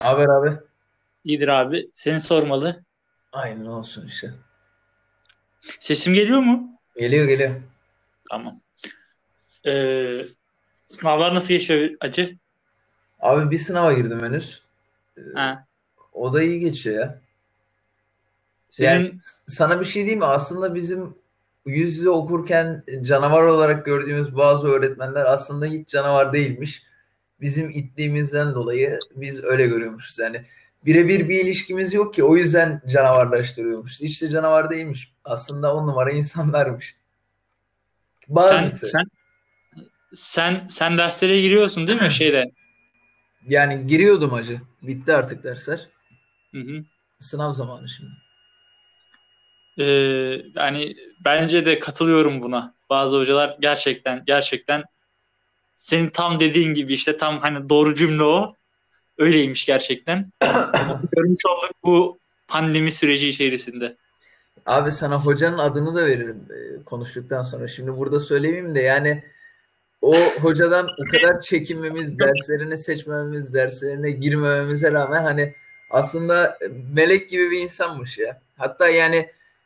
Haber abi. İyidir abi. Seni sormalı. Aynen olsun işte. Sesim geliyor mu? Geliyor geliyor. Tamam. Ee, Sınavlar nasıl geçiyor acı? Abi bir sınava girdim henüz. Ee, Ha. O da iyi geçiyor ya. Yani Senin sana bir şey diyeyim mi? Aslında bizim yüz yüze okurken canavar olarak gördüğümüz bazı öğretmenler aslında hiç canavar değilmiş. Bizim itliğimizden dolayı biz öyle görüyormuşuz. Yani birebir bir ilişkimiz yok ki o yüzden canavarlaştırıyormuş. Hiç de canavar değilmiş. Aslında on numara insanlarmış. sen Bazısı. sen sen derslere giriyorsun değil mi şeyde? Yani giriyordum acı. Bitti artık dersler. Hı hı. Sınav zamanı şimdi. Ee, Yani bence de katılıyorum buna. Bazı hocalar gerçekten senin tam dediğin gibi işte tam hani doğru cümle o. Öyleymiş gerçekten. Onu görmüş olduk bu pandemi süreci içerisinde. Abi sana hocanın adını da veririm konuştuktan sonra. Şimdi burada söylemeyeyim de yani o hocadan o kadar çekinmemiz, derslerini seçmememiz, derslerine girmememize rağmen hani aslında melek gibi bir insanmış ya. Hatta yani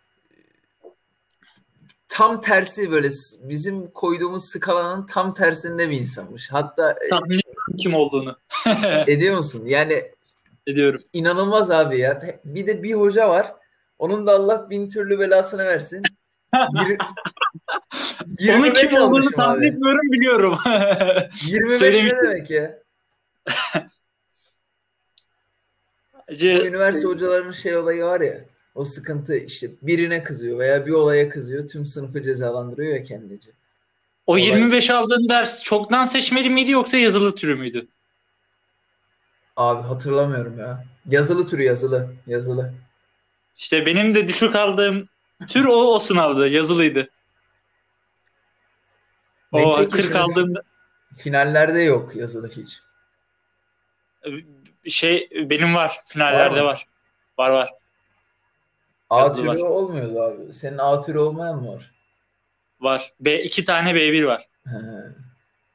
tam tersi böyle bizim koyduğumuz skalanın tam tersinde bir insanmış. Hatta Tahmin ediyorum kim olduğunu. ediyor musun? Yani Ediyorum. inanılmaz abi ya. Bir de bir hoca var. Onun da Allah bin türlü belasını versin. Yir- Onun kim 25 olduğunu almışım tahmin abi. etmiyorum biliyorum. 25 ne Söylemiştim. demek ya? Bu Acı, üniversite hocalarının şey olayı var ya. O sıkıntı işte birine kızıyor veya bir olaya kızıyor. Tüm sınıfı cezalandırıyor ya kendince. o Olay 25 aldığın ders çoktan seçmeli miydi yoksa yazılı türü müydü? abi hatırlamıyorum ya. Yazılı türü yazılı. Yazılı. İşte benim de düşük aldığım tür o sınavdı. Yazılıydı. Neyse O ki 40 şimdi aldığımda finallerde yok yazılı hiç. benim var. Var Finallerde mı? var. Var. A Yazılı türü var. olmuyordu abi. Senin A türü olmayan mı var? Var. İki tane B1 var. He,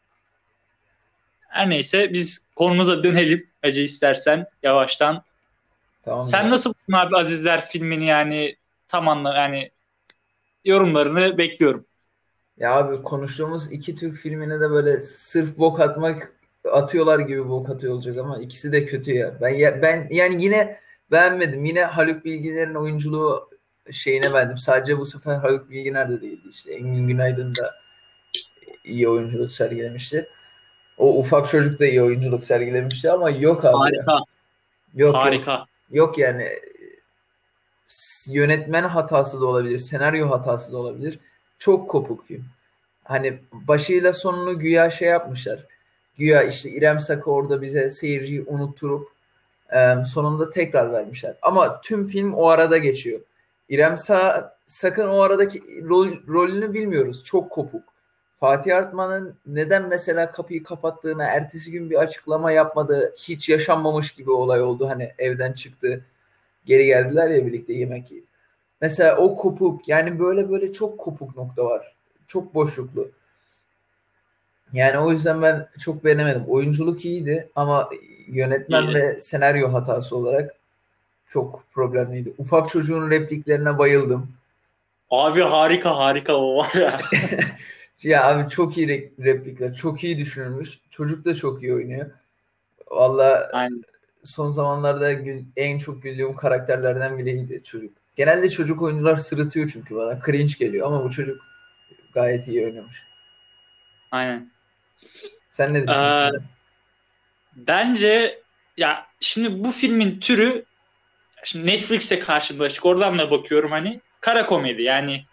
Her neyse biz konumuza dönelim. Acı istersen yavaştan. tamamdır Sen abi. nasıl buldun abi Azizler filmini yani tam anla yani yorumlarını bekliyorum. Ya abi konuştuğumuz iki Türk filmine de böyle sırf bok atmak atıyorlar gibi bok atıyor olacak ama ikisi de kötü ya. Ben yani yine beğenmedim. Yine Haluk Bilginer'in oyunculuğu şeyine beğendim. Sadece bu sefer Haluk Bilginer de değildi işte. Engin Günaydın da iyi oyunculuk sergilemişti. O ufak çocuk da iyi oyunculuk sergilemişti ama yok abi ya. Harika. Yok. Harika. Yok yani yönetmen hatası da olabilir, senaryo hatası da olabilir. Çok kopuk film. Hani başıyla sonunu güya şey yapmışlar. Güya işte İrem Sak'ı orada bize seyirciyi unutturup sonunda tekrar vermişler. Ama tüm film o arada geçiyor. Sak'ın o aradaki rolünü bilmiyoruz. Çok kopuk. Fatih Artman'ın neden mesela kapıyı kapattığını ertesi gün bir açıklama yapmadığı hiç yaşanmamış gibi olay oldu. Hani evden çıktı. Geri geldiler ya birlikte yemek yiyip. Mesela o kopuk yani böyle çok kopuk nokta var. Çok boşluklu. Yani o yüzden ben çok beğenemedim. Oyunculuk iyiydi ama yönetmen İyi. ve senaryo hatası olarak çok problemliydi. Ufak çocuğun repliklerine bayıldım. Abi harika o var ya. Ya abi çok iyi replikler, çok iyi düşünülmüş. Çocuk da çok iyi oynuyor. Valla Aynen. son zamanlarda en çok güldüğüm karakterlerden biriydi çocuk. Genelde çocuk oyuncular sırıtıyor çünkü bana. Cringe geliyor ama bu çocuk gayet iyi oynamış. Aynen. Sen ne Ee, düşünüyorsun? Bence ya şimdi bu filmin türü şimdi Netflix'e karşımda açık oradan da bakıyorum hani kara komedi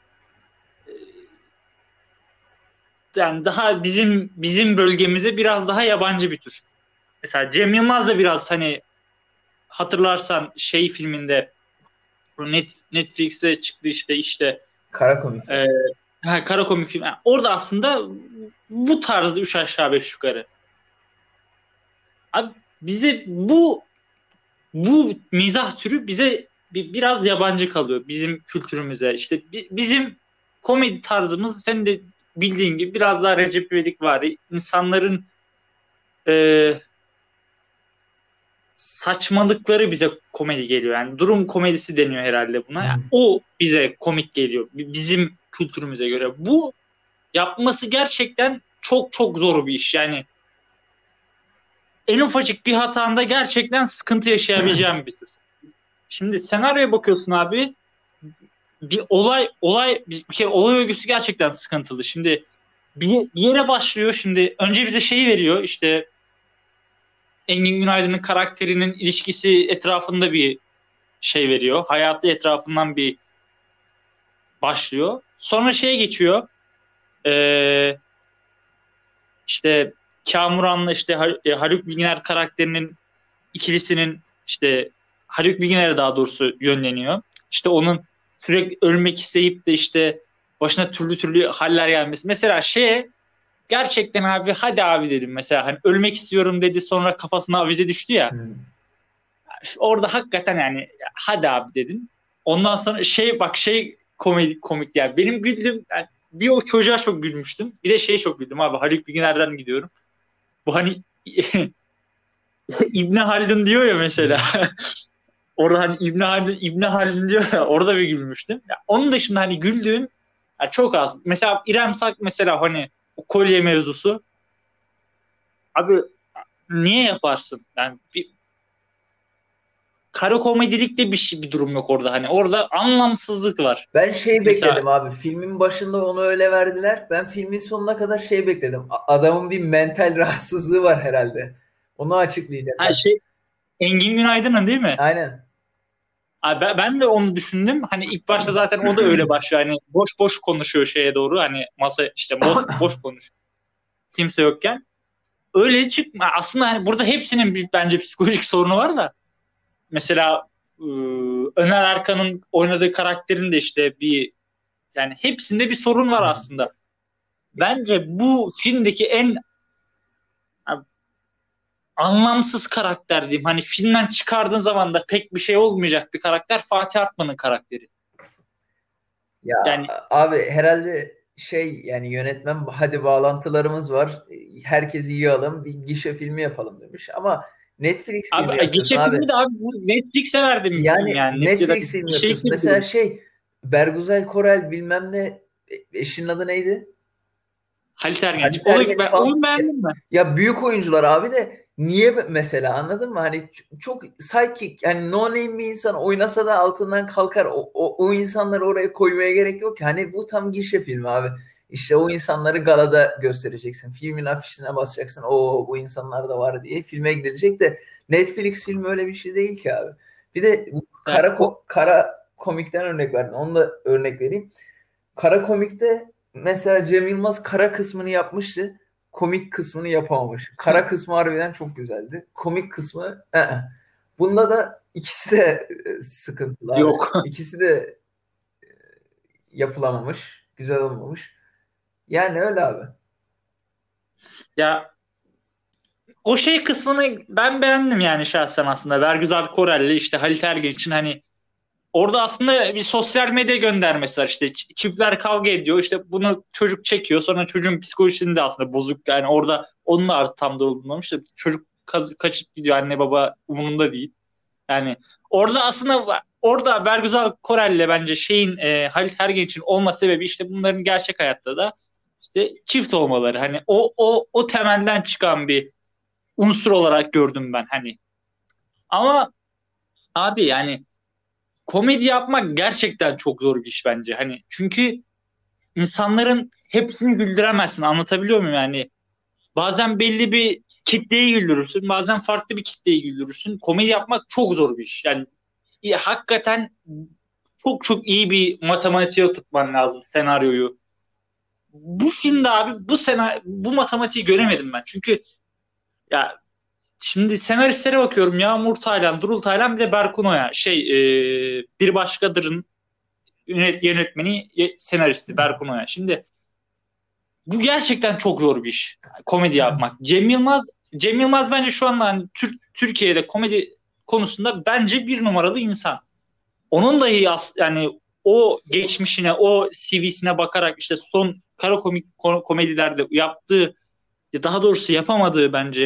yani daha bizim bölgemize biraz daha yabancı bir tür. Mesela Cem Yılmaz da biraz hani hatırlarsan şey filminde bu Netflix'e çıktı işte Kara komik e, mi? kara komik film. Yani orada aslında bu tarzda üç aşağı beş yukarı. Abi bize bu mizah türü bize biraz yabancı kalıyor bizim kültürümüze. İşte bizim komedi tarzımız senin de bildiğin gibi biraz daha Recep İvedik var. İnsanların e, saçmalıkları bize komedi geliyor. Yani durum komedisi deniyor herhalde buna. Yani Hmm. o bize komik geliyor. Bizim kültürümüze göre. Bu yapması gerçekten çok çok zor bir iş. Yani en ufacık bir hatanda gerçekten sıkıntı yaşayabileceğim bir tür. Şimdi senaryoya bakıyorsun abi. Bir bir kere olay örgüsü gerçekten sıkıntılı. Şimdi bir yere başlıyor. Şimdi önce bize şeyi veriyor. İşte Engin Günaydın'ın karakterinin ilişkisi etrafında bir şey veriyor. Hayatı etrafından bir başlıyor. Sonra şeye geçiyor. Ee, işte Kamuran'la işte Haluk Bilginer karakterinin ikilisinin işte Haluk Bilginer'e daha doğrusu yönleniyor. İşte onun sürekli ölmek isteyip de işte başına türlü türlü haller gelmesi. Mesela gerçekten abi hadi abi dedim mesela hani ölmek istiyorum dedi sonra kafasına avize düştü ya. Hmm. Orada hakikaten yani hadi abi dedim. Ondan sonra komik yani. Benim güldüğüm yani bir o çocuğa çok gülmüştüm. Bir de çok güldüm abi. Haluk Bilginer'den gidiyorum. Bu hani İbni Haldun diyor ya mesela. Hmm. Orada hani İbni Haldun diyor ya orada bir gülmüştüm. Ya onun dışında hani güldüğüm ya çok az. Mesela İrem Sak mesela hani o kolye mevzusu. Abi niye yaparsın? Yani bir kara komedilik de bir durum yok orada hani. Orada anlamsızlık var. Ben Mesela bekledim abi. Filmin başında onu öyle verdiler. Ben filmin sonuna kadar bekledim. Adamın bir mental rahatsızlığı var herhalde. Onu her açıklayacaklar. şey Engin Günaydın'ın değil mi? Aynen. Abi ben de onu düşündüm. Hani ilk başta zaten o da öyle başlıyor. Hani boş boş konuşuyor şeye doğru. Hani masa işte boş konuşuyor. Kimse yokken. Öyle çıkma. Aslında hani burada hepsinin bence psikolojik sorunu var da. Mesela Öner Erkan'ın oynadığı karakterin de işte yani hepsinde bir sorun var aslında. Bence bu filmdeki en abi, anlamsız karakter diyeyim. Hani filmden çıkardığın zaman da pek bir şey olmayacak bir karakter Fatih Artman'ın karakteri. Ya Yani abi herhalde yani yönetmen hadi bağlantılarımız var. Herkesi yığalım bir gişe filmi yapalım demiş. Ama Netflix filmi abi yapıyorsun gişe abi. filmi de abi bu Netflix'e verdiğim bir film Yani yani. Neticede Netflix filmi bir yapıyorsun. filmi Mesela değil. Bergüzel Korel bilmem ne eşinin adı neydi? Halit Ergenç. Halit Ergenç falan. Onu beğendim ben. Ya büyük oyuncular abi de niye mesela anladın mı? Hani çok sidekick yani no name bir insan oynasa da altından kalkar. O insanları oraya koymaya gerek yok ki. Hani bu tam gişe filmi abi. İşte o insanları galada göstereceksin. Filmin afişine basacaksın. O bu insanlar da var diye filme gidilecek de Netflix filmi öyle bir şey değil ki abi. Bir de bu Yani kara komikten örnek verdin. Onu da örnek vereyim. Kara komikte mesela Cem Yılmaz kara kısmını yapmıştı. Komik kısmını yapamamış. Kara kısmı harbiden çok güzeldi. Komik kısmı Bunda da ikisi de sıkıntılı abi. yok. İkisi de yapılamamış. Güzel olmamış. Yani öyle abi. Ya o kısmını ben beğendim yani şahsen aslında. Bergüzar Korel'le işte Halit Ergenç'in hani orada aslında bir sosyal medya göndermesi var. İşte çiftler kavga ediyor. İşte bunu çocuk çekiyor. Sonra çocuğun psikolojisini de aslında bozuk. Yani orada onun da tam da olmamış. Çocuk kaçıp gidiyor. Anne baba umurunda değil. Yani orada Bergüzar Korel'le bence Halit Ergenç'in olma sebebi işte bunların gerçek hayatta da işte çift olmaları. Hani o temelden çıkan bir unsur olarak gördüm ben hani. Ama abi yani komedi yapmak gerçekten çok zor bir iş bence. Hani çünkü insanların hepsini güldüremezsin. Anlatabiliyor muyum yani? Bazen belli bir kitleyi güldürürsün, bazen farklı bir kitleyi güldürürsün. Komedi yapmak çok zor bir iş. Yani hakikaten çok çok iyi bir matematiğe tutman lazım senaryoyu. Bu filmde abi bu matematiği göremedim ben. Çünkü ya şimdi senaristlere bakıyorum. Yağmur Taylan, Durul Taylan bir de Berkun Oya. Bir başkadırın yönetmeni, senaristi Berkun Oya. Şimdi bu gerçekten çok zor bir iş. Komedi yapmak. Cem Yılmaz bence şu anda hani Türkiye'de komedi konusunda bence bir numaralı insan. Onun dahi yani o geçmişine, o CV'sine bakarak işte son kara komedilerde yaptığı, daha doğrusu yapamadığı bence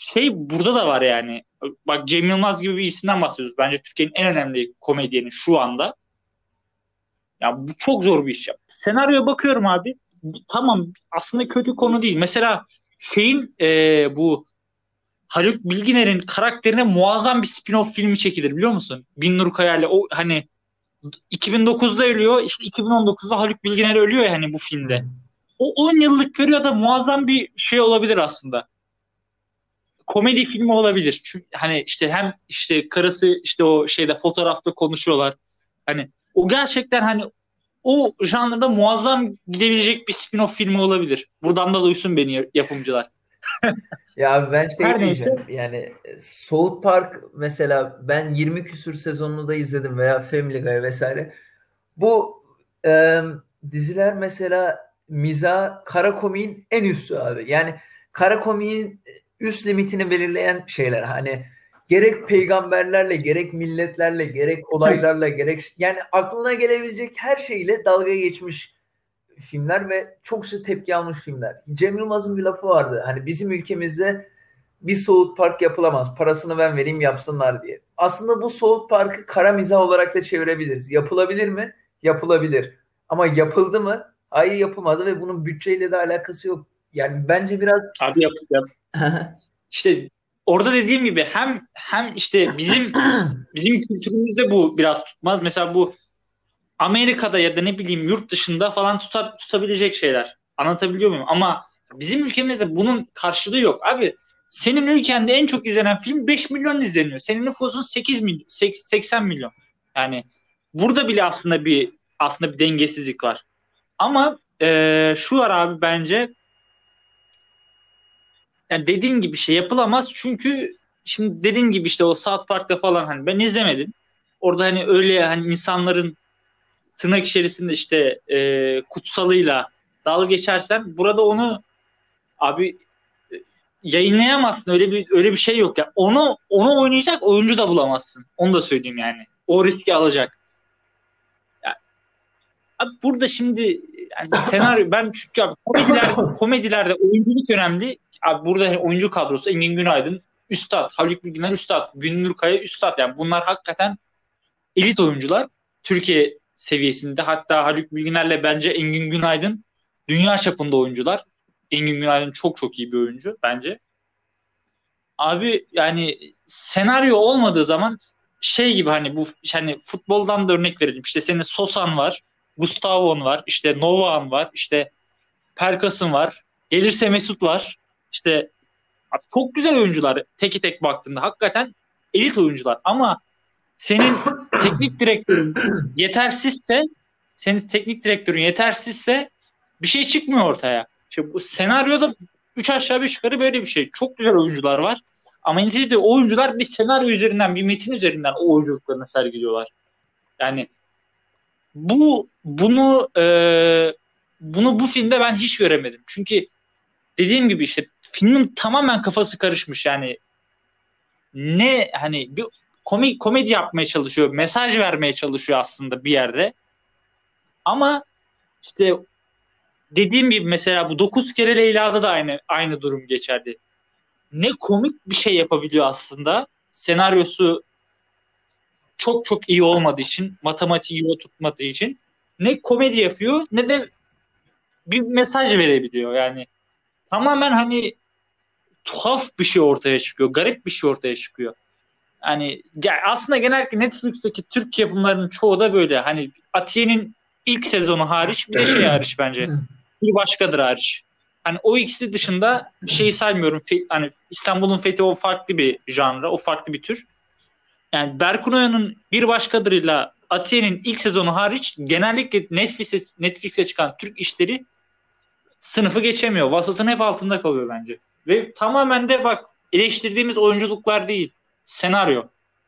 burada da var yani. Bak Cem Yılmaz gibi bir isimden bahsediyoruz. Bence Türkiye'nin en önemli komedyeni şu anda. Ya bu çok zor bir iş ya. Senaryoya bakıyorum abi. Tamam aslında kötü konu değil. Mesela bu Haluk Bilginer'in karakterine muazzam bir spin-off filmi çekilir biliyor musun? Binnur Kaya'yla o hani 2009'da ölüyor. İşte 2019'da Haluk Bilginer ölüyor ya hani bu filmde. O 10 yıllık periyoda muazzam bir şey olabilir aslında. Komedi filmi olabilir. Çünkü hani işte hem işte karısı işte o şeyde fotoğrafta konuşuyorlar. Hani o gerçekten hani o janrda muazzam gidebilecek bir spin-off filmi olabilir. Buradan da duysun beni yapımcılar. Ya ben şey Her neyse. diyeceğim yani South Park mesela ben 20 küsür sezonunu da izledim veya Family Guy vesaire. Bu diziler mesela kara komiğin en üstü abi. Yani kara komiğin üst limitini belirleyen şeyler. Hani gerek peygamberlerle, gerek milletlerle, gerek olaylarla, gerek yani aklına gelebilecek her şeyle dalga geçmiş filmler ve çokça tepki almış filmler. Cem Yılmaz'ın bir lafı vardı. Hani bizim ülkemizde bir South Park yapılamaz. Parasını ben vereyim yapsınlar diye. Aslında bu South Park'ı kara mizah olarak da çevirebiliriz. Yapılabilir mi? Yapılabilir. Ama yapıldı mı? Hayır yapılmadı ve bunun bütçeyle de alakası yok. Yani bence biraz Abi yapacağım. İşte orada dediğim gibi hem işte bizim kültürümüzde bu biraz tutmaz. Mesela bu Amerika'da ya da ne bileyim yurt dışında falan tutabilecek şeyler. Anlatabiliyor muyum? Ama bizim ülkemizde bunun karşılığı yok. Abi senin ülkende en çok izlenen film 5 milyon izleniyor. Senin nüfusun 8 milyon, 80 milyon. Yani burada bile aslında bir dengesizlik var. Ama şu var abi bence yani dediğin gibi şey yapılamaz çünkü şimdi dediğin gibi işte o South Park'ta falan hani ben izlemedim. Orada hani öyle hani insanların tırnak içerisinde işte kutsalıyla dalga geçersen burada onu abi yayınlayamazsın. Öyle bir şey yok ya. Onu oynayacak oyuncu da bulamazsın. Onu da söyleyeyim yani. O riski alacak. Ya, abi burada şimdi yani senaryo ben çünkü abi komedilerde oyunculuk önemli. Abi burada hani oyuncu kadrosu Engin Günaydın üstad, Haluk Bilginer üstad, Gündür Kaya üstad yani bunlar hakikaten elit oyuncular. Türkiye seviyesinde hatta Haluk Bilginer'le bence Engin Günaydın dünya çapında oyuncular. Engin Günaydın çok çok iyi bir oyuncu bence. Abi yani senaryo olmadığı zaman şey gibi hani bu hani futboldan da örnek verelim. İşte senin Sosan var, Gustavo'n var, işte Novak'ın var, işte Pelkas'ın var. Gelirse Mesut var. İşte abi çok güzel oyuncular teki tek baktığında. Hakikaten elit oyuncular ama senin teknik direktörün yetersizse senin teknik direktörün yetersizse bir şey çıkmıyor ortaya. İşte bu senaryoda 3 aşağı 5 yukarı böyle bir şey. Çok güzel oyuncular var. Ama neticede oyuncular bir senaryo üzerinden, bir metin üzerinden o oyunculuklarını sergiliyorlar. Yani bu bunu e, bunu bu filmde ben hiç göremedim. Çünkü dediğim gibi işte filmin tamamen kafası karışmış. Yani ne hani bir komedi yapmaya çalışıyor, mesaj vermeye çalışıyor aslında bir yerde. Ama işte dediğim gibi mesela bu 9 kere Leyla'da da aynı durum geçerli. Ne komik bir şey yapabiliyor aslında. Senaryosu çok çok iyi olmadığı için, matematiği iyi oturtmadığı için ne komedi yapıyor ne de bir mesaj verebiliyor. Yani tamamen hani tuhaf bir şey ortaya çıkıyor, garip bir şey ortaya çıkıyor. Hani aslında genellikle Netflix'teki Türk yapımlarının çoğu da böyle. Hani Atiye'nin ilk sezonu hariç bir de şey hariç bence. Bir başkadır hariç. Hani o ikisi dışında şeyi saymıyorum. Hani İstanbul'un Fethi o farklı bir janra, o farklı bir tür. Yani Berkun Oya'nın bir başkadırıyla Atiye'nin ilk sezonu hariç genellikle Netflix'e çıkan Türk işleri sınıfı geçemiyor. Vasatın hep altında kalıyor bence. Ve tamamen de bak eleştirdiğimiz oyunculuklar değil. Senaryo.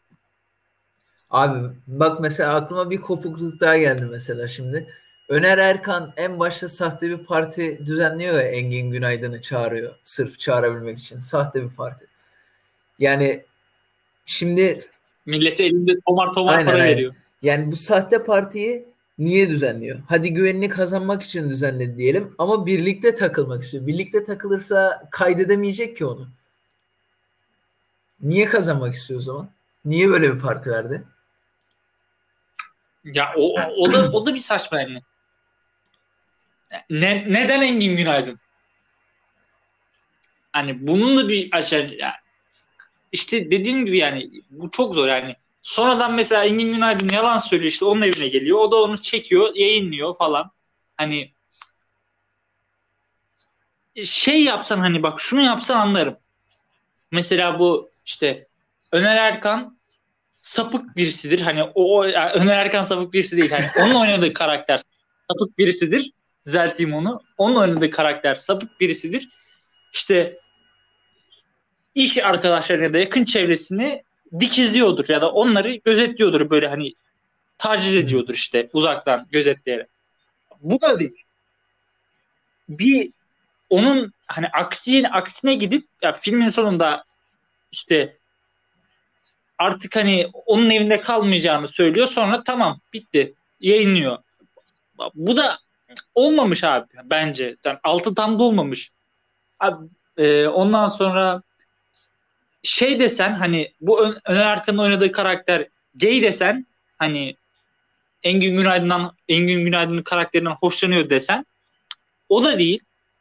Abi bak mesela aklıma bir kopukluk daha geldi mesela şimdi. Öner Erkan en başta sahte bir parti düzenliyor ya Engin Günaydın'ı çağırıyor. Sırf çağırabilmek için. Sahte bir parti. Yani şimdi Millete elinde tomar tomar aynen para aynen. veriyor. Yani bu sahte partiyi niye düzenliyor? Hadi güvenini kazanmak için düzenledi diyelim ama birlikte takılmak istiyor. Birlikte takılırsa kaydedemeyecek ki onu. Niye kazanmak istiyor o zaman? Niye böyle bir parti verdi? Ya o da bir saçma yani. Neden Engin Günaydın? Hani bunun da bir ya işte dediğim gibi yani bu çok zor yani. Sonradan mesela Engin Günaydın yalan söylüyor, işte onun evine geliyor. O da onu çekiyor, yayınlıyor falan. Hani şey yapsan, hani bak şunu yapsan anlarım. Mesela bu işte Öner Erkan sapık birisidir. Hani yani Öner Erkan sapık birisi değil. Hani onun oynadığı karakter sapık birisidir. Düzelteyim onu. Onun oynadığı karakter sapık birisidir. İşte iş arkadaşlarına da yakın çevresini dikizliyordur ya da onları gözetliyordur, böyle hani taciz Hı. ediyordur işte uzaktan gözetleyerek. Bu da değil. Bir onun hani aksine gidip ya filmin sonunda işte artık hani onun evinde kalmayacağını söylüyor. Sonra tamam bitti. Yayınlıyor. Bu da olmamış abi bence. Yani altı tam da olmamış. Abi, ondan sonra şey desen, hani bu Öner Arkan'ın oynadığı karakter gay desen, hani Engin Günaydın'ın karakterinden hoşlanıyor desen, o da değil.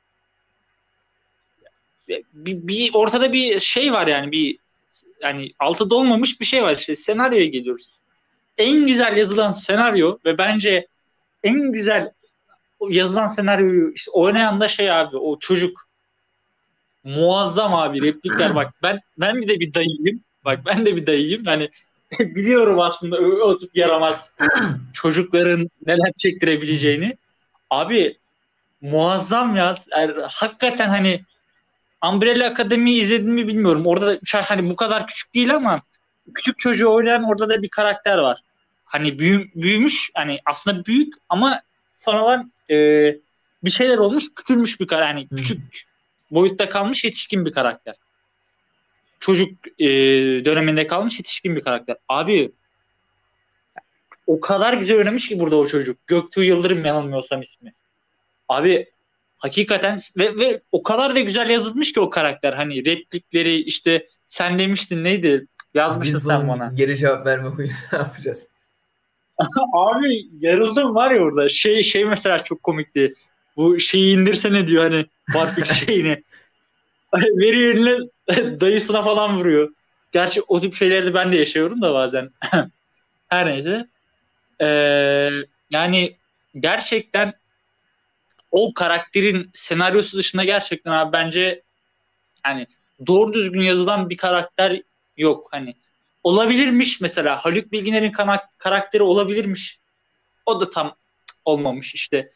Ortada bir şey var yani, yani altı dolmamış bir şey var. İşte senaryoya geliyoruz. En güzel yazılan senaryo ve bence en güzel yazılan senaryoyu işte oynayan da şey abi, o çocuk. Muazzam abi replikler, bak ben bir de bir dayıyım. Bak ben de bir dayıyım. Hani biliyorum aslında o tip yaramaz çocukların neler çektirebileceğini. Abi muazzam ya. Yani, hakikaten hani Umbrella Academy'yi izledin mi bilmiyorum. Orada da hani bu kadar küçük değil ama küçük çocuğu oynayan orada da bir karakter var. Hani büyümüş, hani aslında büyük ama sonradan bir şeyler olmuş, küçülmüş bir karakter. Hani Hı. küçük boyutta kalmış yetişkin bir karakter. Çocuk döneminde kalmış yetişkin bir karakter. Abi o kadar güzel oynamış ki burada o çocuk. Göktuğ Yıldırım yanılmıyorsam ismi. Abi hakikaten ve o kadar da güzel yazılmış ki o karakter. Hani replikleri işte, sen demiştin neydi? Yazmıştın Biz sen bunun bana. geri cevap verme huyunu ne yapacağız? Abi yarıldım var ya orada. Şey mesela çok komikti. Bu şeyi indirsene diyor, hani Barfix şeyini. Veriyor eline, dayısına falan vuruyor. Gerçi o tip şeyleri ben de yaşıyorum da bazen. Her neyse. Ee, Yani gerçekten o karakterin senaryosu dışında gerçekten abi bence hani doğru düzgün yazılan bir karakter yok. Hani olabilirmiş mesela, Haluk Bilginer'in karakteri olabilirmiş. O da tam olmamış işte.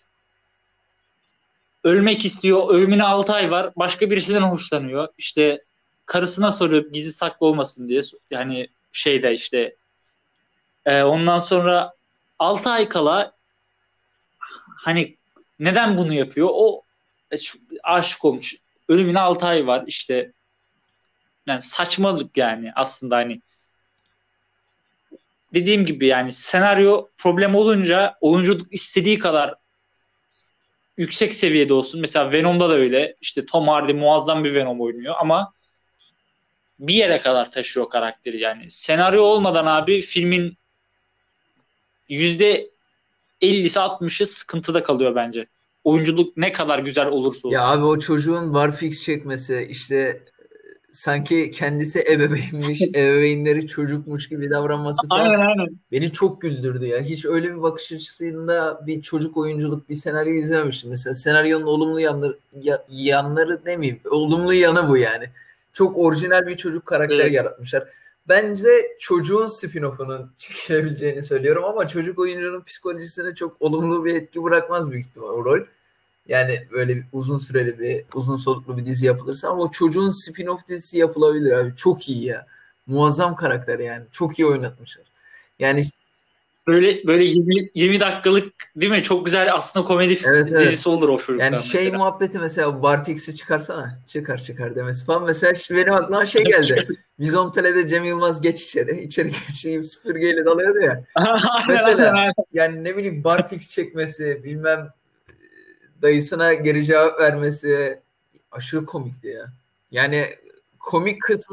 Ölmek istiyor. Ölümüne 6 ay var. Başka birisinden hoşlanıyor. İşte karısına soruyor gizli saklı olmasın diye. Yani şeyde işte ondan sonra 6 ay kala hani neden bunu yapıyor? O aşık olmuş. Ölümüne 6 ay var işte. Yani saçmalık yani aslında, hani dediğim gibi yani senaryo problem olunca oyunculuk istediği kadar yüksek seviyede olsun. Mesela Venom'da da öyle. İşte Tom Hardy muazzam bir Venom oynuyor ama bir yere kadar taşıyor karakteri yani. Senaryo olmadan abi filmin %50'si 60'ı sıkıntıda kalıyor bence. Oyunculuk ne kadar güzel olursa Ya olsun. abi o çocuğun barfix çekmesi işte sanki kendisi ebeveynmiş, ebeveynleri çocukmuş gibi davranması falan Aynen aynen. beni çok güldürdü ya. Hiç öyle bir bakış açısında bir çocuk oyunculuk bir senaryo izlememiştim. Mesela senaryonun olumlu yanları demeyeyim, olumlu yanı bu yani. Çok orijinal bir çocuk karakteri Evet. yaratmışlar. Bence çocuğun spin-off'unun çekilebileceğini söylüyorum ama çocuk oyuncunun psikolojisine çok olumlu bir etki bırakmaz büyük ihtimal o rol. Yani böyle bir uzun süreli bir, uzun soluklu bir dizi yapılırsa ama o çocuğun spin-off dizisi yapılabilir abi. Çok iyi ya. Muazzam karakter yani. Çok iyi oynatmışlar. Yani Böyle 20 dakikalık değil mi? Çok güzel aslında komedi evet evet. dizisi olur o Yani çocuktan şey mesela. muhabbeti mesela Barfix'i çıkarsana. Çıkar çıkar demesi falan. Mesela benim aklıma şey geldi. Vizontele'de Cem Yılmaz geç içeri. İçeri geçeyim süpürgeyle dalıyordu ya. Aynen aynen Mesela aynen. yani ne bileyim barfix çekmesi bilmem dayısına geri cevap vermesi aşırı komikti ya. Yani komik kısmı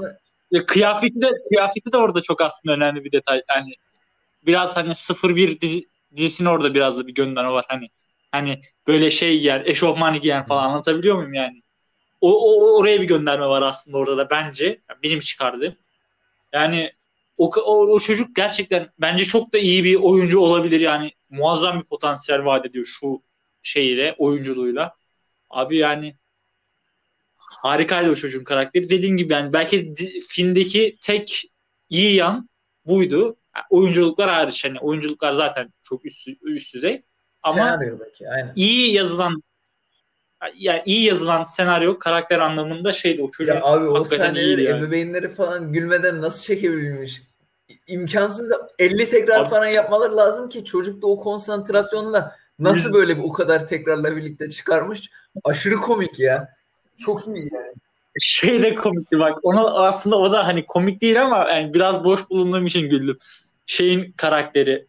kıyafeti de orada çok aslında önemli bir detay. Yani biraz hani 01 dizisine orada biraz da bir gönderme var hani böyle şey giyer, eşofman giyen falan, anlatabiliyor muyum yani? Oraya bir gönderme var aslında orada da bence. Yani benim çıkardığım. Yani o çocuk gerçekten bence çok da iyi bir oyuncu olabilir yani. Muazzam bir potansiyel vaat ediyor şu şeyle, oyunculuğuyla. Abi yani harikaydı o çocuğun karakteri. Dediğim gibi yani belki filmdeki tek iyi yan buydu. Yani oyunculuklar hariç, hani oyunculuklar zaten çok üst düzey. Ama Senaryo belki aynen. iyi yazılan yani iyi yazılan senaryo karakter anlamında şeydi, o Ya çocuk abi o hakikaten iyiydi sahneleri yani. ebeveynleri falan gülmeden nasıl çekebilmiş? İmkansız da 50 tekrar Abi falan yapmaları lazım ki çocuk da o konsantrasyonla nasıl yüz, böyle o kadar tekrarla birlikte çıkarmış? Aşırı komik ya. Çok iyi yani. şey de komikti bak. Onu aslında, o da hani komik değil ama yani biraz boş bulunduğum için güldüm. Şeyin karakteri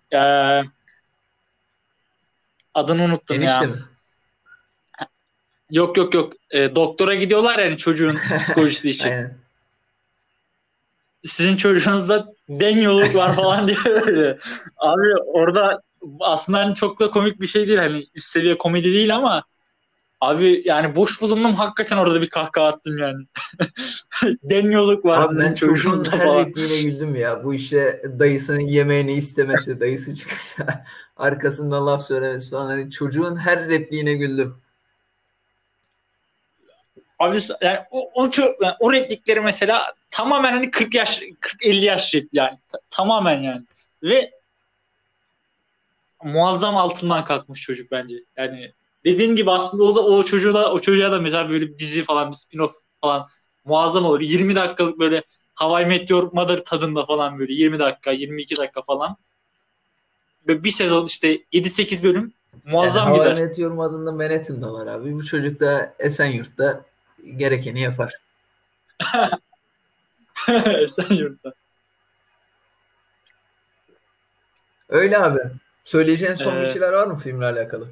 adını unuttum Enişte ya. mi? Yok yok yok. Doktora gidiyorlar yani çocuğun psikolojisi için. Aynen. Sizin çocuğunuzda denyoluk var falan diye böyle. Abi orada aslında hani çok da komik bir şey değil. Hani üst seviye komedi değil ama abi yani boş bulundum, hakikaten orada bir kahkaha attım yani. Denyoluk var Abi sizin ben çocuğun çocuğunuzda her falan. repliğine güldüm ya. Bu işte dayısının yemeğini istemesi, dayısı çıkınca arkasından laf söylemesi falan. Hani çocuğun her repliğine güldüm. Abi yani yani o replikleri mesela tamamen hani 40 yaş 40-50 yaş repli yani. Tamamen yani. Ve muazzam altından kalkmış çocuk bence. Yani dediğin gibi aslında o çocuğa da mesela böyle bir dizi falan, bir spin-off falan muazzam olur. 20 dakikalık böyle How I Met Your Mother tadında falan, böyle 20 dakika, 22 dakika falan. Ve bir sezon işte 7-8 bölüm Yani muazzam How I gider. Met Your Mother'ında Manhattan'da var abi. Bu çocuk da Esenyurt'ta gerekeni yapar. Sen yurtta. Öyle abi. Söyleyeceğin son bir Ee, şeyler var mı filmle alakalı?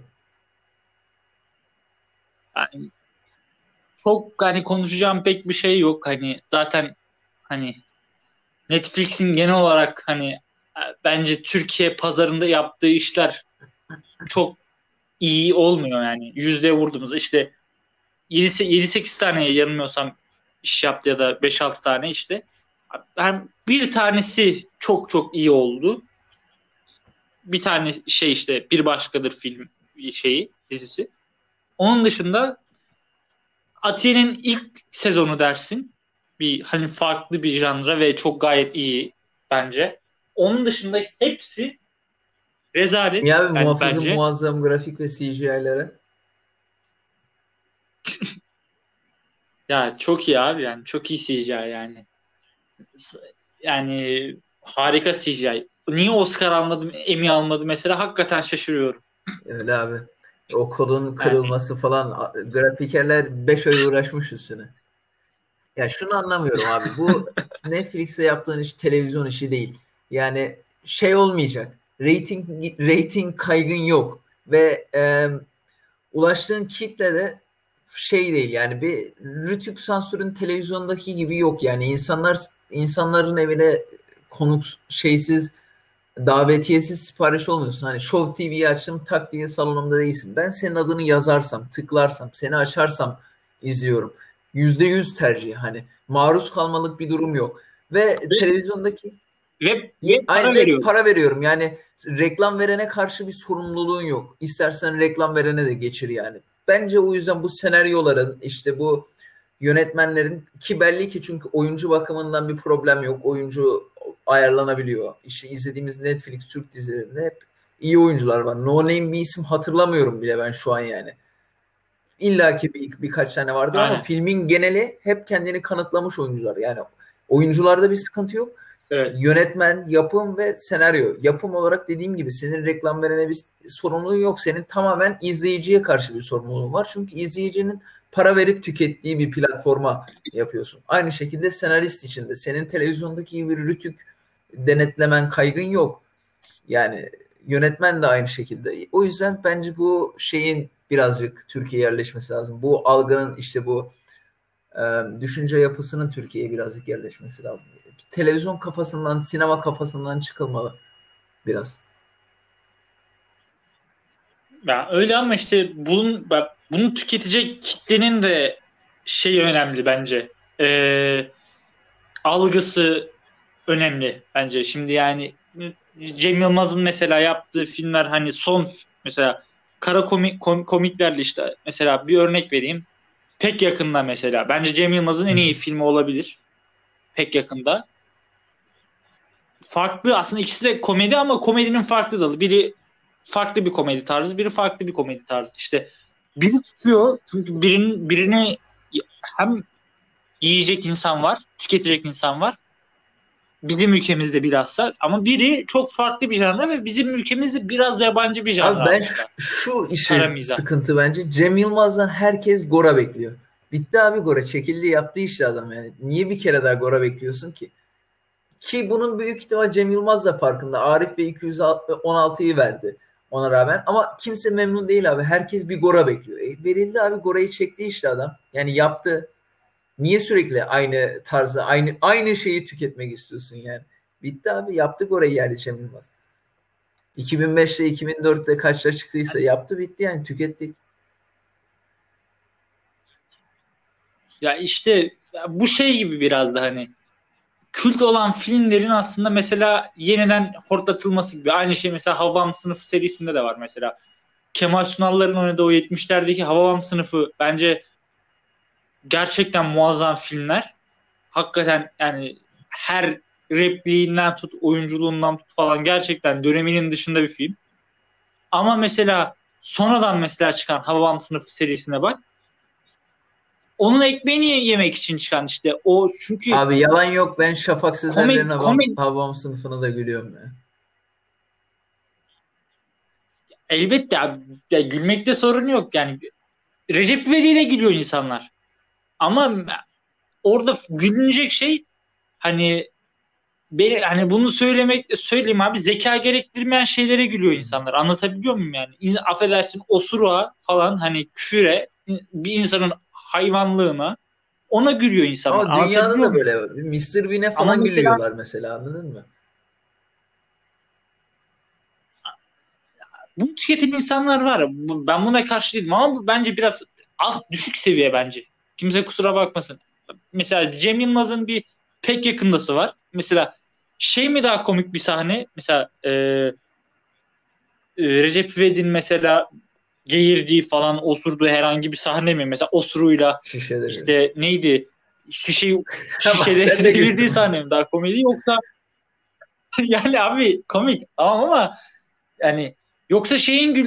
Yani çok hani konuşacağım pek bir şey yok. Hani zaten hani Netflix'in genel olarak hani bence Türkiye pazarında yaptığı işler çok iyi olmuyor yani. Yüzdeye vurduğumuzda işte 7-8 tane yanılmıyorsam iş yaptı, ya da 5-6 tane işte. Ben bir tanesi çok çok iyi oldu. Bir tane şey işte Bir Başkadır film şeyi, dizisi. Onun dışında Atiye'nin ilk sezonu dersin. Bir hani farklı bir janra ve çok gayet iyi bence. Onun dışında hepsi Ya rezalet abi yani Muhafız'ın bence. muazzam grafik ve CGI'lere. Ya çok iyi abi, yani çok iyi CGI yani. Yani harika CGI. Niye Oscar almadım, Emmy almadı mesela, hakikaten şaşırıyorum. Öyle abi. O kolun Yani kırılması falan grafikerler 5 ay uğraşmış üstüne. Ya şunu anlamıyorum abi. Bu Netflix'e yaptığın iş televizyon işi değil. Yani şey olmayacak. Rating kaygın yok ve ulaştığın kitle de şey değil yani bir Rütük sansürün televizyondaki gibi yok yani insanların evine konuk şeysiz davetiyesiz sipariş olmuyorsun. Hani Show TV'yi açtım tak diye salonumda değilsin. Ben senin adını yazarsam, tıklarsam, seni açarsam izliyorum. %100 tercih hani maruz kalmalık bir durum yok. Ve ve, televizyondaki ve aynı para ve veriyorum. para veriyorum. Yani reklam verene karşı bir sorumluluğun yok. İstersen reklam verene de geçir yani. Bence o yüzden bu senaryoların işte bu yönetmenlerin ki belli ki çünkü oyuncu bakımından bir problem yok. Oyuncu ayarlanabiliyor. İşte izlediğimiz Netflix Türk dizilerinde hep iyi oyuncular var. No Name bir isim hatırlamıyorum bile ben şu an yani. İlla ki birkaç tane vardır ama Aynen. filmin geneli hep kendini kanıtlamış oyuncular. Yani oyuncularda bir sıkıntı yok. Evet. Yönetmen, yapım ve senaryo. Yapım olarak dediğim gibi senin reklam verene bir sorumluluğun yok. Senin tamamen izleyiciye karşı bir sorumluluğun var. Çünkü izleyicinin para verip tükettiği bir platforma yapıyorsun. Aynı şekilde senarist için de senin televizyondaki gibi rütük denetlemen kaygın yok. Yani yönetmen de aynı şekilde. O yüzden bence bu şeyin birazcık Türkiye'ye yerleşmesi lazım. Bu algının işte bu düşünce yapısının Türkiye'ye birazcık yerleşmesi lazım. Televizyon kafasından, sinema kafasından çıkılmalı biraz. Ya öyle ama işte bunu tüketecek kitlenin de şey önemli bence. Algısı önemli bence. Şimdi yani Cem Yılmaz'ın mesela yaptığı filmler hani son mesela kara komiklerle işte mesela bir örnek vereyim. Pek Yakında mesela. Bence Cem Yılmaz'ın en iyi filmi olabilir. Pek Yakında. Farklı aslında ikisi de komedi ama komedinin farklı dalı. Biri farklı bir komedi tarzı, biri farklı bir komedi tarzı. İşte biri tutuyor çünkü birini hem yiyecek insan var, tüketecek insan var. Bizim ülkemizde bilhassa ama biri çok farklı bir janra ve bizim ülkemizde biraz yabancı bir janra Abi ben aslında. şu Kara işi mizah. sıkıntı bence. Cem Yılmaz'dan herkes Gora bekliyor. Bitti abi Gora. Çekildi yaptı işte adam yani. Niye bir kere daha Gora bekliyorsun ki? Ki bunun büyük ihtimal Cem Yılmaz da farkında. Arif ve 216'yı verdi ona rağmen. Ama kimse memnun değil abi. Herkes bir Gora bekliyor. Verildi abi Gora'yı çekti işte adam. Yani yaptı. Niye sürekli aynı tarzı, aynı şeyi tüketmek istiyorsun yani? Bitti abi. Yaptı Gora'yı yani Cem Yılmaz. 2005'te 2004'te kaçta çıktıysa yaptı bitti yani tükettik. Ya işte bu şey gibi biraz da hani kült olan filmlerin aslında mesela yeniden hortlatılması gibi. Aynı şey mesela Hababam Sınıfı serisinde de var mesela. Kemal Sunal'ların oynadığı o 70'lerdeki Hababam Sınıfı bence gerçekten muazzam filmler. Hakikaten yani her repliğinden tut, oyunculuğundan tut falan gerçekten döneminin dışında bir film. Ama mesela sonradan mesela çıkan Hababam Sınıfı serisine bak. Onun ekmeğini yemek için çıkan işte o çünkü Abi yalan yok ben Şafak Sezerler'in komedi Hababam sınıfına da gülüyorum ya. elbette abi, ya gülmekte sorun yok yani Recep İvedik'e de gülüyor insanlar. Ama orada gülünecek şey hani hani bunu söyleyeyim abi zeka gerektirmeyen şeylere gülüyor insanlar. Anlatabiliyor muyum yani? Affedersin osuruğa falan hani küre bir insanın hayvanlığına ona gülüyor insanlar. Ama dünyada Anlatabiliyor da muyum? böyle var. Mr. Bean'e Ama falan mesela gülüyorlar mesela anladın mı? bunu tüketen insanlar var. Ben buna karşı değilim ama bu bence biraz alt düşük seviye bence. Kimse kusura bakmasın. Mesela Cem Yılmaz'ın bir pek yakındası var. Mesela şey mi daha komik bir sahne? Mesela Recep İvedik'in mesela geğirdiği falan osurduğu herhangi bir sahne mi? Mesela osuruyla Şişeleri. işte neydi? Bak Şişeleri sen de devirdiği güldün. sahne mi daha komedi yoksa yani abi komik tamam ama yani yoksa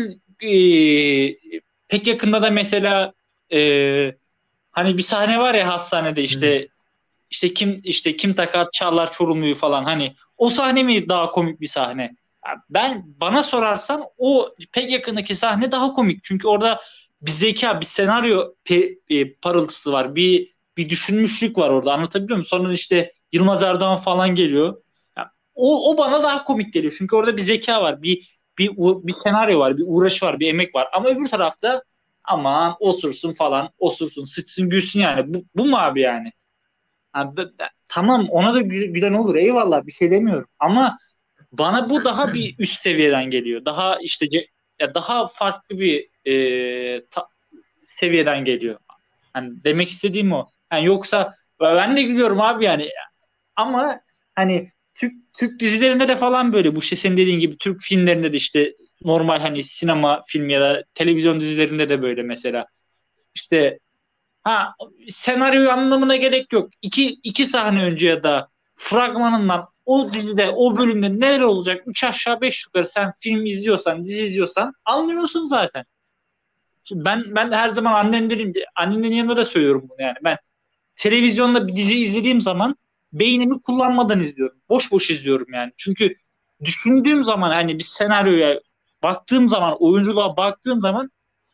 pek yakında da mesela hani bir sahne var ya hastanede işte kim takar çalar Çorumlu'yu falan hani o sahne mi daha komik bir sahne? Ya bana sorarsan o pek yakındaki sahne daha komik. Çünkü orada bir zeka, bir senaryo parıltısı var. Bir düşünmüşlük var orada. Anlatabiliyor muyum? Sonra işte Yılmaz Erdoğan falan geliyor. Ya, o bana daha komik geliyor. Çünkü orada bir zeka var. Bir senaryo var, bir uğraş var, bir emek var. Ama öbür tarafta aman osursun falan, osursun, sıçsın, gülsün yani. Bu mu abi yani? Ha, tamam ona da gülen olur eyvallah bir şey demiyorum ama bana bu daha bir üst seviyeden geliyor. Daha işte ya daha farklı bir seviyeden geliyor. Hani demek istediğim o. Yani yoksa ben de gülüyorum abi yani ama hani Türk dizilerinde de falan böyle bu işte senin dediğin gibi Türk filmlerinde de işte normal hani sinema film ya da televizyon dizilerinde de böyle mesela işte ha senaryo anlamına gerek yok. İki sahne önce ya da fragmanından o dizide o bölümde neler olacak? Üç aşağı beş yukarı sen film izliyorsan dizi izliyorsan anlıyorsun zaten. Şimdi ben de her zaman annemlerin yanında da söylüyorum bunu yani. Ben televizyonda bir dizi izlediğim zaman beynimi kullanmadan izliyorum. Boş boş izliyorum yani. Çünkü düşündüğüm zaman hani bir senaryoya baktığım zaman oyunculuğa baktığım zaman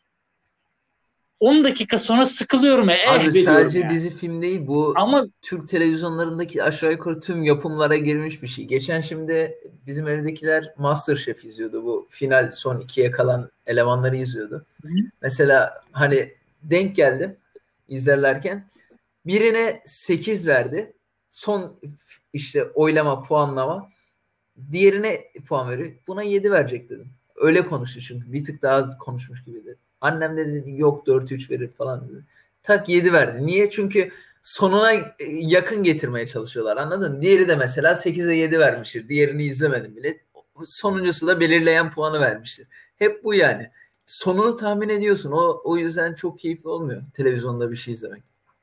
10 dakika sonra sıkılıyorum Abi veriyorum sadece yani. dizi film değil bu Ama Türk televizyonlarındaki aşağı yukarı tüm yapımlara girmiş bir şey. Geçen şimdi bizim evdekiler MasterChef izliyordu. Bu final son ikiye kalan elemanları izliyordu. Mesela hani denk geldim izlerlerken. Birine 8 verdi. Son işte oylama, puanlama. Diğerine puan veriyor. Buna 7 verecek dedim. Öyle konuştu çünkü. Bir tık daha az konuşmuş gibiydi. Annem de dedi yok 4-3 verir falan dedi. Tak 7 verdi. Niye? Çünkü sonuna yakın getirmeye çalışıyorlar. Anladın? Diğeri de mesela 8'e 7 vermiştir. Diğerini izlemedim bile. Sonuncusu da belirleyen puanı vermiştir. Hep bu yani. Sonunu tahmin ediyorsun. O yüzden çok keyifli olmuyor televizyonda bir şey izlemek.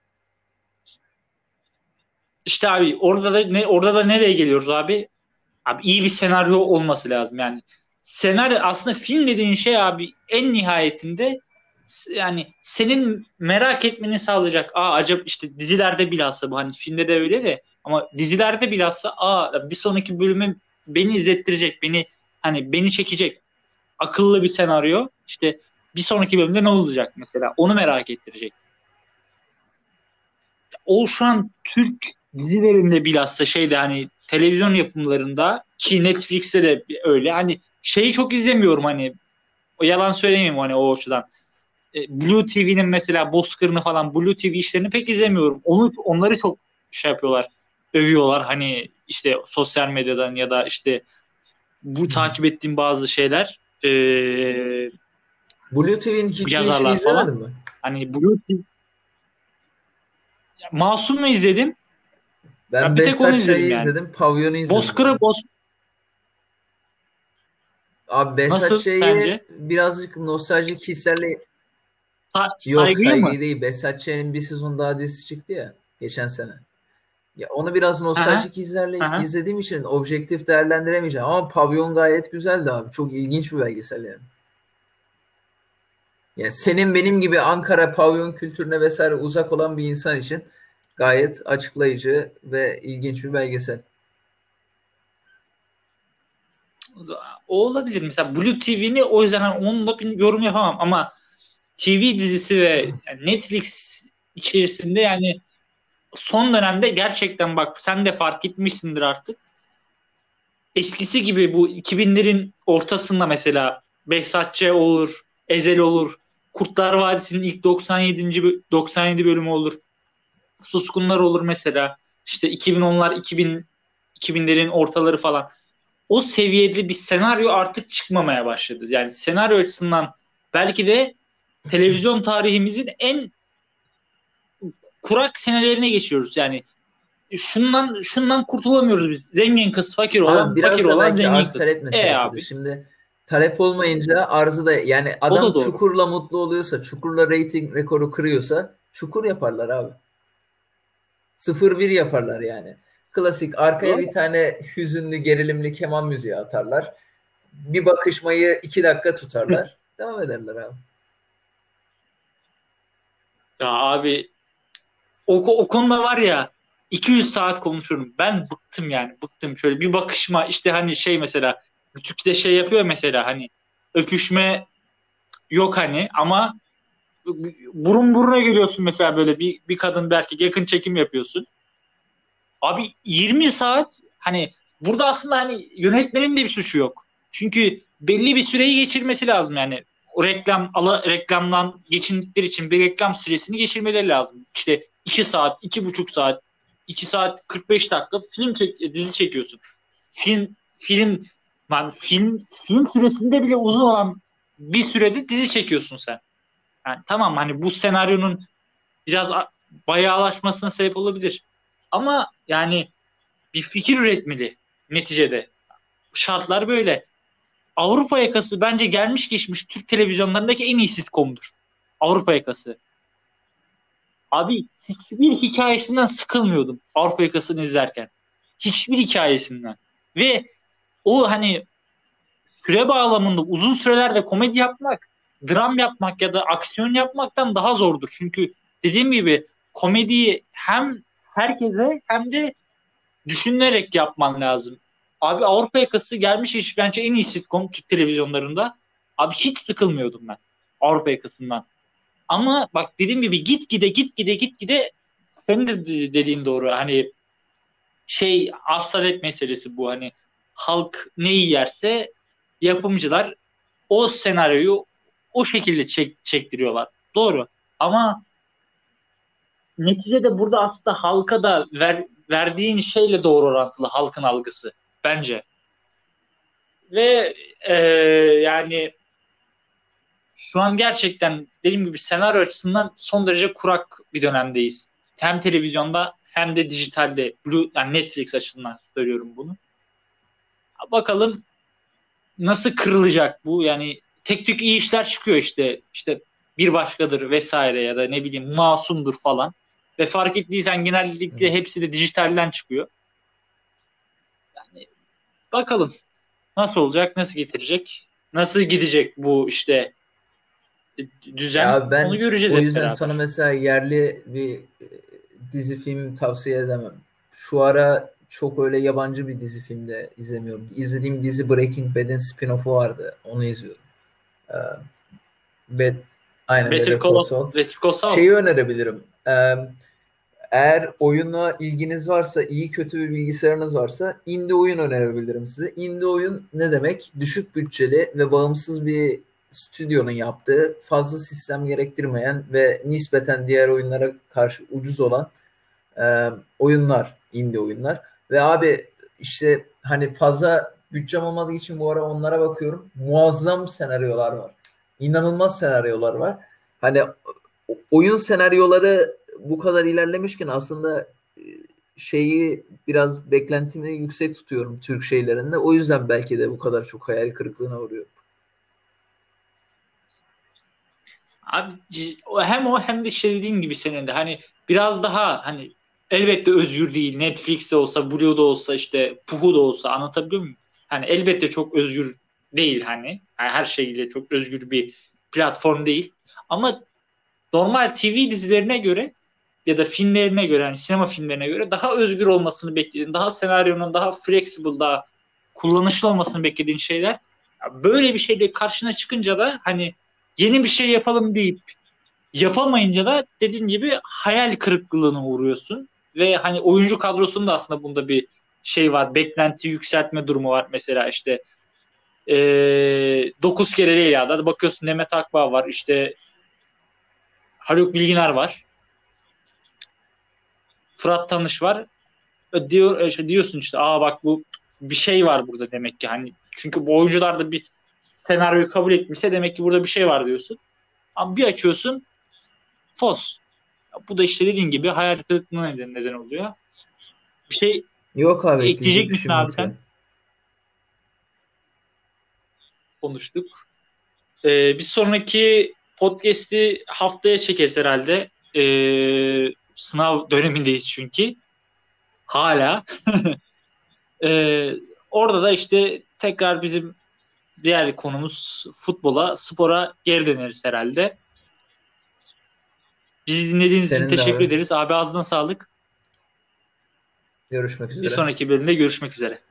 İşte abi orada da nereye geliyoruz abi? Abi iyi bir senaryo olması lazım yani. Senaryo aslında film dediğin şey abi en nihayetinde yani senin merak etmeni sağlayacak. Acaba işte dizilerde bilhassa bu hani filmde de öyle de ama dizilerde bilhassa bir sonraki bölümü beni izlettirecek, beni çekecek akıllı bir senaryo. İşte bir sonraki bölümde ne olacak mesela? Onu merak ettirecek. O şu an Türk dizilerinde bilhassa şeyde hani televizyon yapımlarında ki Netflix'te de öyle hani şeyi çok izlemiyorum hani o yalan söylemeyeyim hani o açıdan. Blue TV'nin mesela Bozkır'ını falan Blue TV işlerini pek izlemiyorum. Onları çok şey yapıyorlar. Övüyorlar hani işte sosyal medyadan ya da işte bu takip ettiğim bazı şeyler Blue TV'nin hiçbir işini yazarlar falan. izlemedin mi? Hani Blue TV Masum'u izledim. Ben Ya bir tek onu Behzat Ç'yi izledim yani. izledim. Pavyon'u izlemedim. Bozkır'ı Boz Abi Behzat nasıl Ç'yi sence? birazcık nostaljik hislerle yok Saygıyı mı? saygı değil. Behzat Ç'nin bir sezon daha dizisi çıktı ya geçen sene. Ya onu biraz Aha, nostaljik hislerle aha. izlediğim için objektif değerlendiremeyeceğim ama Pavyon gayet güzeldi abi. Çok ilginç bir belgesel yani. Yani senin benim gibi Ankara pavyon kültürüne vesaire uzak olan bir insan için gayet açıklayıcı ve ilginç bir belgesel. O olabilir. Mesela Blue TV'ni o yüzden hani onunla bir yorum yapamam ama TV dizisi ve yani Netflix içerisinde yani son dönemde gerçekten bak sen de fark etmişsindir artık. Eskisi gibi bu 2000'lerin ortasında mesela Behzat Ç. olur, Ezel olur, Kurtlar Vadisi'nin ilk 97 bölümü olur. Suskunlar olur mesela. İşte 2010'lar 2000'lerin ortaları falan. O seviyede bir senaryo artık çıkmamaya başladı. Yani senaryo açısından belki de televizyon tarihimizin en kurak senelerine geçiyoruz. Yani şundan kurtulamıyoruz biz. Zengin kız Abi fakir biraz da olan belki zengin arz kız. talep meselesidir. Abi Şimdi talep olmayınca arzı da yani o da adam doğru. Çukur'la mutlu oluyorsa, Çukur'la reyting rekoru kırıyorsa Çukur yaparlar abi. 0-1 yaparlar yani. Klasik arkaya Doğru. bir tane hüzünlü gerilimli keman müziği atarlar. Bir bakışmayı 2 dakika tutarlar. Devam ederler abi. Ya abi o konuda var ya 200 saat konuşurum. Ben bıktım yani bıktım. Şöyle bir bakışma işte hani şey mesela Türkiye'de şey yapıyor mesela hani öpüşme yok hani ama burun buruna geliyorsun mesela böyle bir kadın bir erkek yakın çekim yapıyorsun. Abi 20 saat hani burada aslında hani yönetmenin de bir suçu yok. Çünkü belli bir süreyi geçirmesi lazım yani. O reklamdan geçindikleri için bir reklam süresini geçirmeleri lazım. İşte 2 saat, 2,5 saat, 2 saat 45 dakika dizi çekiyorsun. Film film film süresinde bile uzun olan bir sürede dizi çekiyorsun sen. Yani tamam hani bu senaryonun biraz bayağılaşmasına sebep olabilir. Ama yani bir fikir üretmeli neticede. Şartlar böyle. Avrupa Yakası bence gelmiş geçmiş Türk televizyonlarındaki en iyi sitcom'dur. Avrupa Yakası. Abi hiçbir hikayesinden sıkılmıyordum Avrupa Yakası'nı izlerken. Hiçbir hikayesinden. Ve o hani süre bağlamında uzun sürelerde komedi yapmak, dram yapmak ya da aksiyon yapmaktan daha zordur. Çünkü dediğim gibi komediyi hem herkese hem de düşünülerek yapman lazım. Abi Avrupa Yakası gelmiş iş bence en iyi sitcom Türk televizyonlarında. Abi hiç sıkılmıyordum ben Avrupa Yakası'ndan. Ama bak dediğim gibi gitgide senin de dediğin doğru. Hani şey asalet meselesi bu hani halk neyi yerse yapımcılar o senaryoyu o şekilde çektiriyorlar. Doğru. Ama neticede burada aslında halka da verdiğin şeyle doğru orantılı halkın algısı bence. Ve yani şu an gerçekten dediğim gibi senaryo açısından son derece kurak bir dönemdeyiz. Hem televizyonda hem de dijitalde. Yani Netflix açısından söylüyorum bunu. Bakalım nasıl kırılacak bu? Yani tek tük iyi işler çıkıyor işte. İşte Bir Başkadır vesaire ya da ne bileyim Masumdur falan. Ve fark ettiysen genellikle hepsi de dijitalden çıkıyor. Yani bakalım nasıl olacak, nasıl getirecek, nasıl gidecek bu işte düzen, Ya onu ben göreceğiz o hep yüzden sana beraber. mesela yerli bir dizi film tavsiye edemem. Şu ara çok öyle yabancı bir dizi film de izlemiyorum. İzlediğim dizi Breaking Bad'in spin-off'u vardı. Onu izliyorum. Ee, Bad, aynen Better Better Call Call, Saul. Better Call Saul. Şeyi önerebilirim. Eğer oyuna ilginiz varsa, iyi kötü bir bilgisayarınız varsa indie oyun önerebilirim size. Indie oyun ne demek? Düşük bütçeli ve bağımsız bir stüdyonun yaptığı, fazla sistem gerektirmeyen ve nispeten diğer oyunlara karşı ucuz olan oyunlar, indie oyunlar. Ve abi işte hani fazla bütçem olmadığı için bu ara onlara bakıyorum. Muazzam senaryolar var. İnanılmaz senaryolar var. Hani oyun senaryoları bu kadar ilerlemişken aslında şeyi biraz beklentimi yüksek tutuyorum Türk şeylerinde. O yüzden belki de bu kadar çok hayal kırıklığına uğruyorum. Abi hem o hem de işte dediğin gibi senin de hani biraz daha hani elbette özgür değil. Netflix'te olsa, Blue'da olsa işte Puhu'da olsa anlatabiliyor muyum? Hani elbette çok özgür değil hani. Yani her şeyle çok özgür bir platform değil. Ama normal TV dizilerine göre ya da filmlerine göre hani sinema filmlerine göre daha özgür olmasını beklediğin, daha senaryonun daha flexible, daha kullanışlı olmasını beklediğin şeyler böyle bir şeyle karşına çıkınca da hani yeni bir şey yapalım deyip yapamayınca da dediğin gibi hayal kırıklığına uğruyorsun. Ve hani oyuncu kadrosunda aslında bunda bir şey var. Beklenti yükseltme durumu var. Mesela işte 9 kere Leyla'da bakıyorsun Demet Akbağ var. İşte Haluk Bilginer var. Fırat Tanış var. Diyorsun işte bak bu bir şey var burada demek ki. Hani çünkü bu oyuncular da bir senaryoyu kabul etmişse demek ki burada bir şey var diyorsun. Ama bir açıyorsun fos. Bu da işte dediğin gibi hayal kırıklığına neden oluyor. Bir şey Yok abi ekleyecek ekleyecek bir misin şeyim abi yok ya. sen? Konuştuk. Bir sonraki podcast'i haftaya çekeriz herhalde. Sınav dönemindeyiz çünkü. Hala. Ee, Orada da işte tekrar bizim diğer konumuz futbola, spora geri döneriz herhalde. Bizi dinlediğiniz için Senin de teşekkür abi. ederiz. Abi ağzına sağlık. Görüşmek Bir üzere. sonraki bölümde görüşmek üzere.